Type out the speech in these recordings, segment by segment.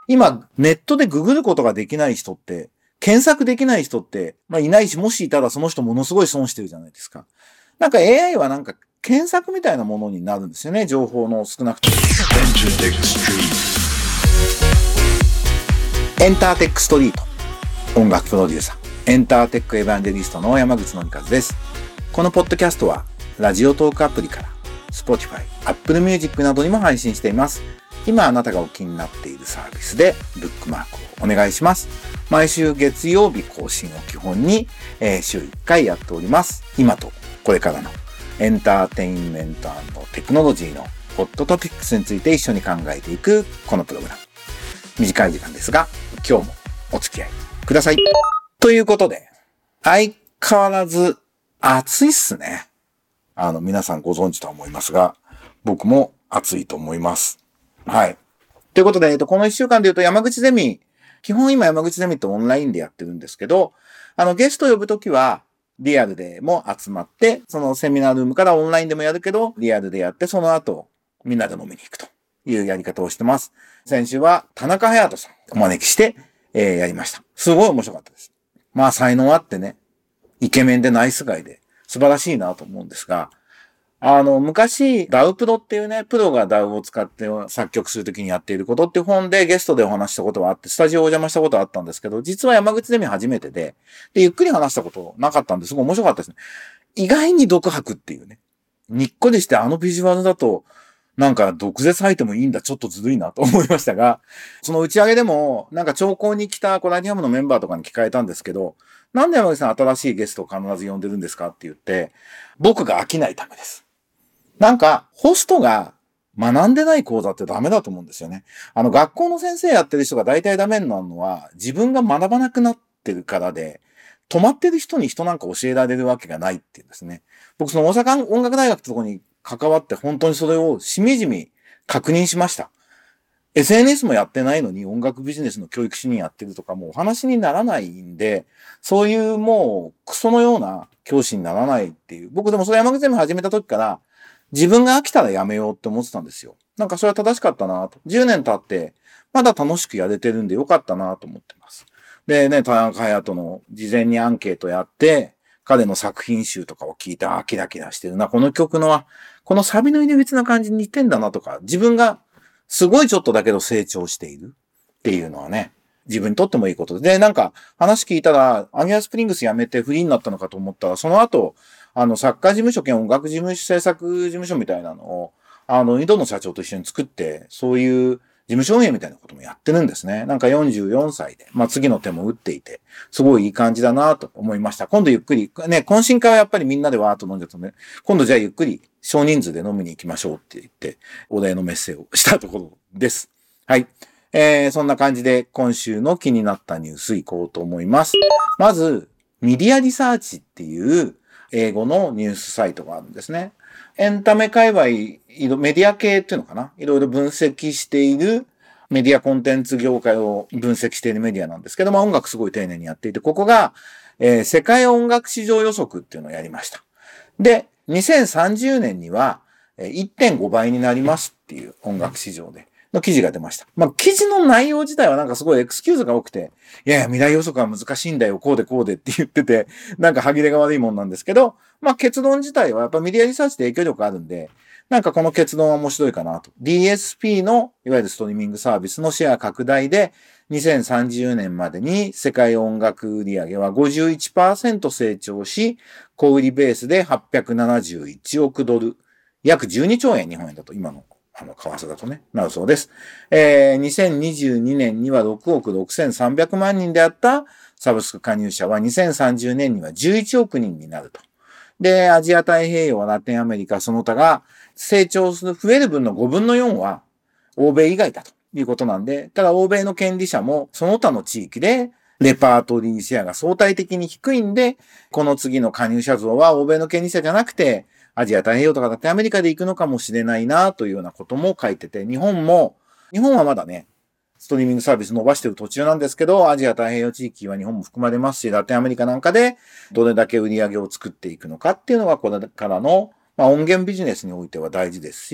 今、ネットでググることができない人って、検索できない人って、いないし、もしいたらその人ものすごい損してるじゃないですか。なんか AI はなんか検索みたいなものになるんですよね。情報の少なくとも。エンターテックストリート。音楽プロデューサー。エンターテックエヴァンジェリストの山口のりかずです。このポッドキャストは、ラジオトークアプリから、Spotify、Apple Music などにも配信しています。今あなたがお気になっているサービスでブックマークをお願いします。毎週月曜日更新を基本に、週1回やっております。今とこれからのエンターテインメント&テクノロジーのホットトピックスについて一緒に考えていくこのプログラム。短い時間ですが、今日もお付き合いください。ということで、相変わらず暑いっすね。皆さんご存知とは思いますが、僕も暑いと思います。はい。ということで、この1週間で言うと山口ゼミ、基本今山口ゼミってオンラインでやってるんですけど、ゲスト呼ぶときはリアルでも集まって、そのセミナールームからオンラインでもやるけど、リアルでやって、その後みんなで飲みに行くというやり方をしてます。先週は田中隼人さんをお招きして、やりました。すごい面白かったです。才能あってね、イケメンでナイスガイで素晴らしいなと思うんですが、昔、ダウプロっていうね、プロがダウを使って作曲するときにやっていることっていう本でゲストでお話したことはあって、スタジオをお邪魔したことはあったんですけど、実は山口ゼミ初めてで、ゆっくり話したことなかったんですごい面白かったですね。意外に独白っていうね。にっこりしてビジュアルだと、なんか毒舌入ってもいいんだ、ちょっとずるいなと思いましたが、その打ち上げでも、なんか聴講に来たコラディアムのメンバーとかに聞かれたんですけど、なんで山口さん新しいゲストを必ず呼んでるんですかって言って、僕が飽きないためです。なんか、ホストが学んでない講座ってダメだと思うんですよね。学校の先生やってる人が大体ダメになるのは、自分が学ばなくなってるからで、止まってる人に人なんか教えられるわけがないっていうんですね。僕その大阪音楽大学ってところに関わって本当にそれをしみじみ確認しました。SNS もやってないのに音楽ビジネスの教育主任やってるとかもうお話にならないんで、そういうもうクソのような教師にならないっていう。僕でもそれ山口ゼミ始めた時から、自分が飽きたらやめようって思ってたんですよ。なんかそれは正しかったなと。10年経って、まだ楽しくやれてるんでよかったなと思ってます。でね、田中隼人の事前にアンケートやって、彼の作品集とかを聞いて、キラキラしてるな。この曲のこのサビの入り口な感じに似てんだなとか、自分がすごいちょっとだけど成長しているっていうのはね、自分にとってもいいことで。で、なんか話聞いたら、アギアスプリングス辞めてフリーになったのかと思ったら、その後、作家事務所兼音楽事務所、制作事務所みたいなのを、井戸の社長と一緒に作って、そういう事務所運営みたいなこともやってるんですね。なんか44歳で、次の手も打っていて、すごいいい感じだなと思いました。今度ゆっくり、ね、懇親会はやっぱりみんなでわーっと飲んじゃったね。今度じゃあゆっくり少人数で飲みに行きましょうって言って、お礼のメッセージをしたところです。はい。そんな感じで今週の気になったニュース行こうと思います。まず、メディアリサーチっていう英語のニュースサイトがあるんですね。エンタメ界隈、メディア系っていうのかないろいろ分析しているメディアコンテンツ業界を分析しているメディアなんですけど、音楽すごい丁寧にやっていて、ここが、世界音楽市場予測っていうのをやりました。で、2030年には 1.5 倍になりますっていう音楽市場での記事が出ました。記事の内容自体はなんかすごいエクスキューズが多くて、いやいや未来予測は難しいんだよ、こうでこうでって言ってて、なんか歯切れが悪いもんなんですけど、結論自体はやっぱメディアリサーチで影響力あるんで、なんかこの結論は面白いかなと。DSP のいわゆるストリーミングサービスのシェア拡大で、2030年までに世界音楽売上は 51% 成長し、小売ベースで871億ドル、約12兆円日本円だと、今の為替だとね、なるそうです。2022年には6億6300万人であったサブスク加入者は2030年には11億人になると。で、アジア太平洋、ラテンアメリカ、その他が成長する、増える分の5分の4は欧米以外だということなんで、ただ欧米の権利者もその他の地域でレパートリーシェアが相対的に低いんで、この次の加入者増は欧米の権利者じゃなくて、アジア太平洋とかラテンアメリカで行くのかもしれないなというようなことも書いてて、日本はまだね、ストリーミングサービス伸ばしてる途中なんですけど、アジア太平洋地域は日本も含まれますし、ラテンアメリカなんかでどれだけ売り上げを作っていくのかっていうのがこれからの、音源ビジネスにおいては大事ですし、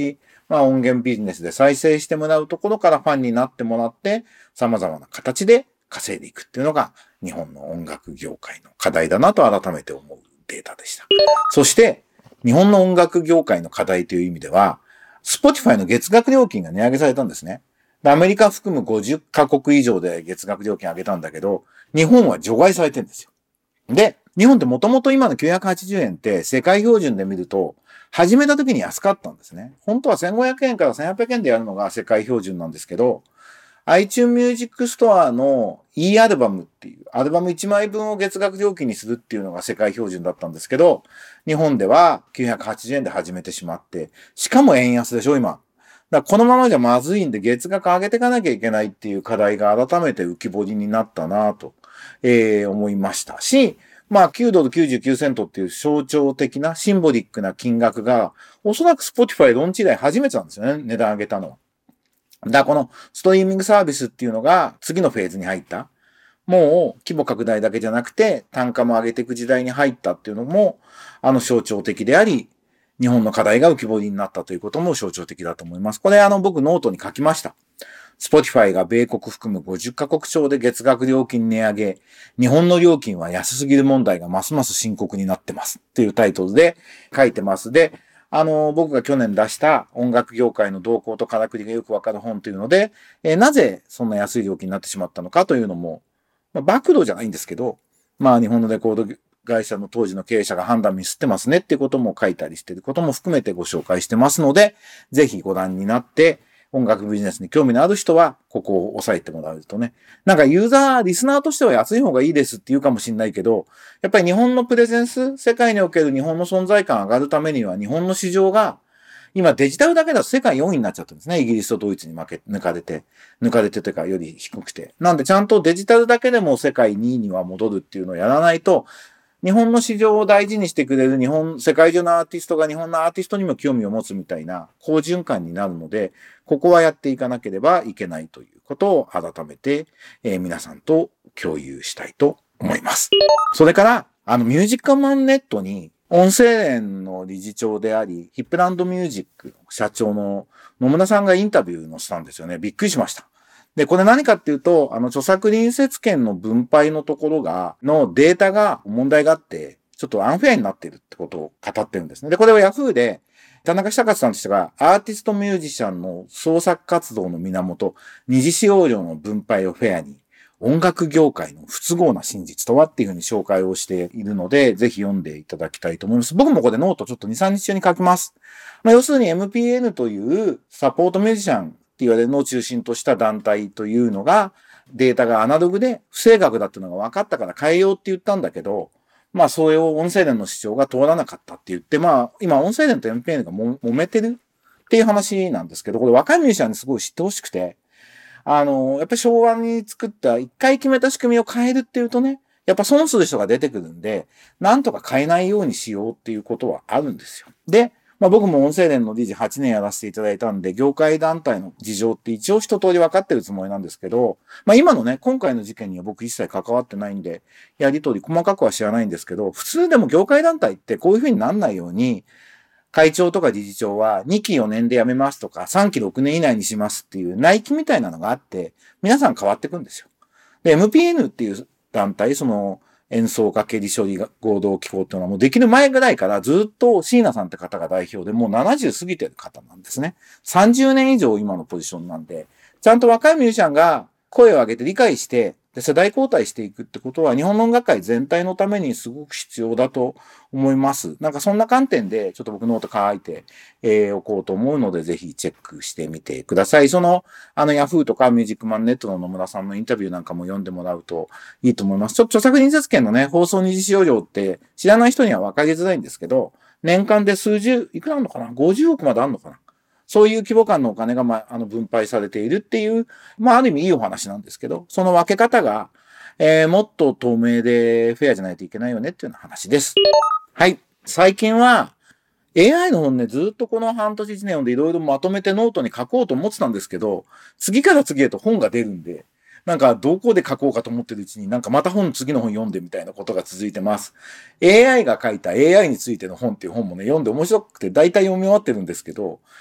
音源ビジネスで再生してもらうところからファンになってもらって、様々な形で稼いでいくっていうのが日本の音楽業界の課題だなと改めて思うデータでした。そして、日本の音楽業界の課題という意味では、Spotify の月額料金が値上げされたんですね。アメリカ含む50カ国以上で月額料金上げたんだけど、日本は除外されてるんですよ。で、日本ってもともと今の980円って世界標準で見ると、始めた時に安かったんですね。本当は1500円から1800円でやるのが世界標準なんですけど、iTunes Music Store の E アルバムっていう、アルバム1枚分を月額料金にするっていうのが世界標準だったんですけど、日本では980円で始めてしまって、しかも円安でしょ、今。だからこのままじゃまずいんで月額上げていかなきゃいけないっていう課題が改めて浮き彫りになったなと、思いましたし、9ドル99セントっていう象徴的なシンボリックな金額が、おそらく Spotify ローンチ以来初めてなんですよね、値段上げたのは。だからこのストリーミングサービスっていうのが次のフェーズに入った。もう規模拡大だけじゃなくて単価も上げていく時代に入ったっていうのも象徴的であり、日本の課題が浮き彫りになったということも象徴的だと思います。これ僕ノートに書きました。Spotify が米国含む50カ国超で月額料金値上げ、日本の料金は安すぎる問題がますます深刻になってますっていうタイトルで書いてます。で、僕が去年出した音楽業界の動向とからくりがよくわかる本というので、なぜそんな安い料金になってしまったのかというのも、暴露じゃないんですけど、日本のレコード会社の当時の経営者が判断ミスってますねっていうことも書いたりしていることも含めてご紹介してますので、ぜひご覧になって音楽ビジネスに興味のある人はここを押さえてもらうとね。なんかユーザー、リスナーとしては安い方がいいですって言うかもしれないけど、やっぱり日本のプレゼンス、世界における日本の存在感上がるためには日本の市場が今デジタルだけだと世界4位になっちゃったんですね。イギリスとドイツに抜かれてというかより低くて。なんでちゃんとデジタルだけでも世界2位には戻るっていうのをやらないと、日本の市場を大事にしてくれる世界中のアーティストが日本のアーティストにも興味を持つみたいな好循環になるので、ここはやっていかなければいけないということを改めて、皆さんと共有したいと思います。それから、ミュージックマンネットに音声連の理事長であり、ヒップランドミュージック社長の野村さんがインタビューをしたんですよね。びっくりしました。で、これ何かっていうと、著作隣接権の分配のところのデータが問題があって、ちょっとアンフェアになっているってことを語ってるんですね。で、これをヤフーで、田中久勝さんとしてが、アーティストミュージシャンの創作活動の源、二次使用料の分配をフェアに、音楽業界の不都合な真実とはっていうふうに紹介をしているので、ぜひ読んでいただきたいと思います。僕もこれノートちょっと2、3日中に書きます。要するに MPN というサポートミュージシャンって言われるのを中心とした団体というのが、データがアナログで不正確だっていうのが分かったから変えようって言ったんだけど、それを音声連の主張が通らなかったって言って、今音声連と MPN が揉めてるっていう話なんですけど、これ若いミュージシャンにすごい知ってほしくて、やっぱり昭和に作った一回決めた仕組みを変えるっていうとね、やっぱ損する人が出てくるんで、なんとか変えないようにしようっていうことはあるんですよ。で、僕も音声連の理事8年やらせていただいたんで、業界団体の事情って一応一通り分かってるつもりなんですけど、今のね、今回の事件には僕一切関わってないんで、やりとり細かくは知らないんですけど、普通でも業界団体ってこういう風になんないように、会長とか理事長は2期4年で辞めますとか、3期6年以内にしますっていう内規みたいなのがあって、皆さん変わっていくんですよ。で、MPN っていう団体、演奏家経理処理合同機構っていうのはもうできる前ぐらいからずっと椎名さんって方が代表でもう70過ぎてる方なんですね。30年以上今のポジションなんで、ちゃんと若いミュージシャンが声を上げて理解して、で世代交代していくってことは日本の音楽界全体のためにすごく必要だと思います。なんかそんな観点でちょっと僕ノート書いて、おこうと思うのでぜひチェックしてみてください。ヤフーとかミュージックマンネットの野村さんのインタビューなんかも読んでもらうといいと思います。著作隣接権のね、放送二次使用料って知らない人には分かりづらいんですけど、年間でいくらあるのかな ?50 億まであるのかなそういう規模感のお金が、分配されているっていう、ある意味いいお話なんですけど、その分け方が、もっと透明でフェアじゃないといけないよねっていうような話です。はい。最近は、AI の本ね、ずっとこの半年1年読んでいろいろまとめてノートに書こうと思ってたんですけど、次から次へと本が出るんで、なんかどこで書こうかと思ってるうちになんかまた次の本読んでみたいなことが続いてます。AI が書いた AI についての本っていう本もね、読んで面白くて大体読み終わってるんですけど、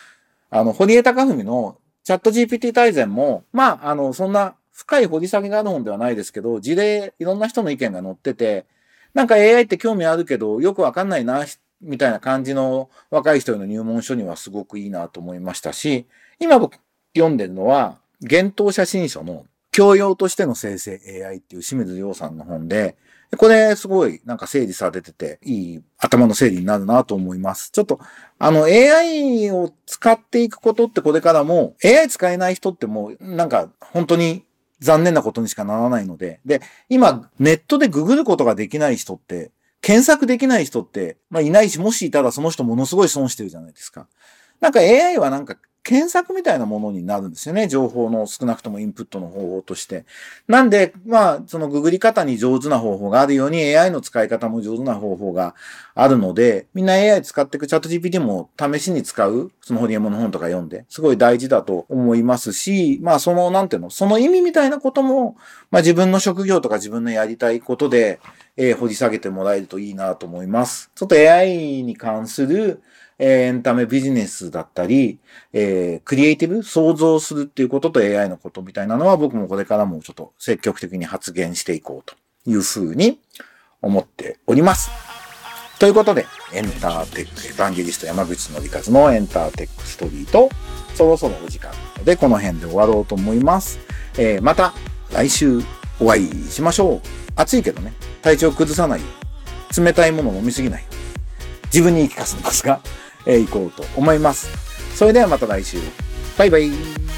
堀江貴文のチャット GPT 大全も、そんな深い掘り下げがある本ではないですけど、事例、いろんな人の意見が載ってて、なんか AI って興味あるけど、よくわかんないな、みたいな感じの若い人への入門書にはすごくいいなと思いましたし、今僕読んでるのは、幻冬写真書の教養としての生成 AI っていう清水洋さんの本で、これすごいなんか整理されてて、いい頭の整理になるなと思います。ちょっと、AI を使っていくことってこれからも、AI 使えない人ってもう、なんか本当に残念なことにしかならないので、で、今、ネットでググることができない人って、検索できない人って、いないし、もしいたらその人ものすごい損してるじゃないですか。なんか AI はなんか検索みたいなものになるんですよね。情報の少なくともインプットの方法として。なんで、そのググり方に上手な方法があるように AI の使い方も上手な方法があるので、みんな AI 使っていくチャット GPT も試しに使う、そのホリエモンの本とか読んで、すごい大事だと思いますし、その意味みたいなことも、自分の職業とか自分のやりたいことで、掘り下げてもらえるといいなと思います。ちょっと AI に関するエンタメビジネスだったり、クリエイティブ創造するっていうことと AI のことみたいなのは僕もこれからもちょっと積極的に発言していこうというふうに思っております。ということで、エンターテックエヴァンゲリスト山口のりかずのエンターテックストリート、そろそろお時間なのでこの辺で終わろうと思います。また来週お会いしましょう。暑いけどね、体調崩さないように、冷たいものを飲みすぎないように、自分に言い聞かせますが、行こうと思います。それではまた来週。バイバイ。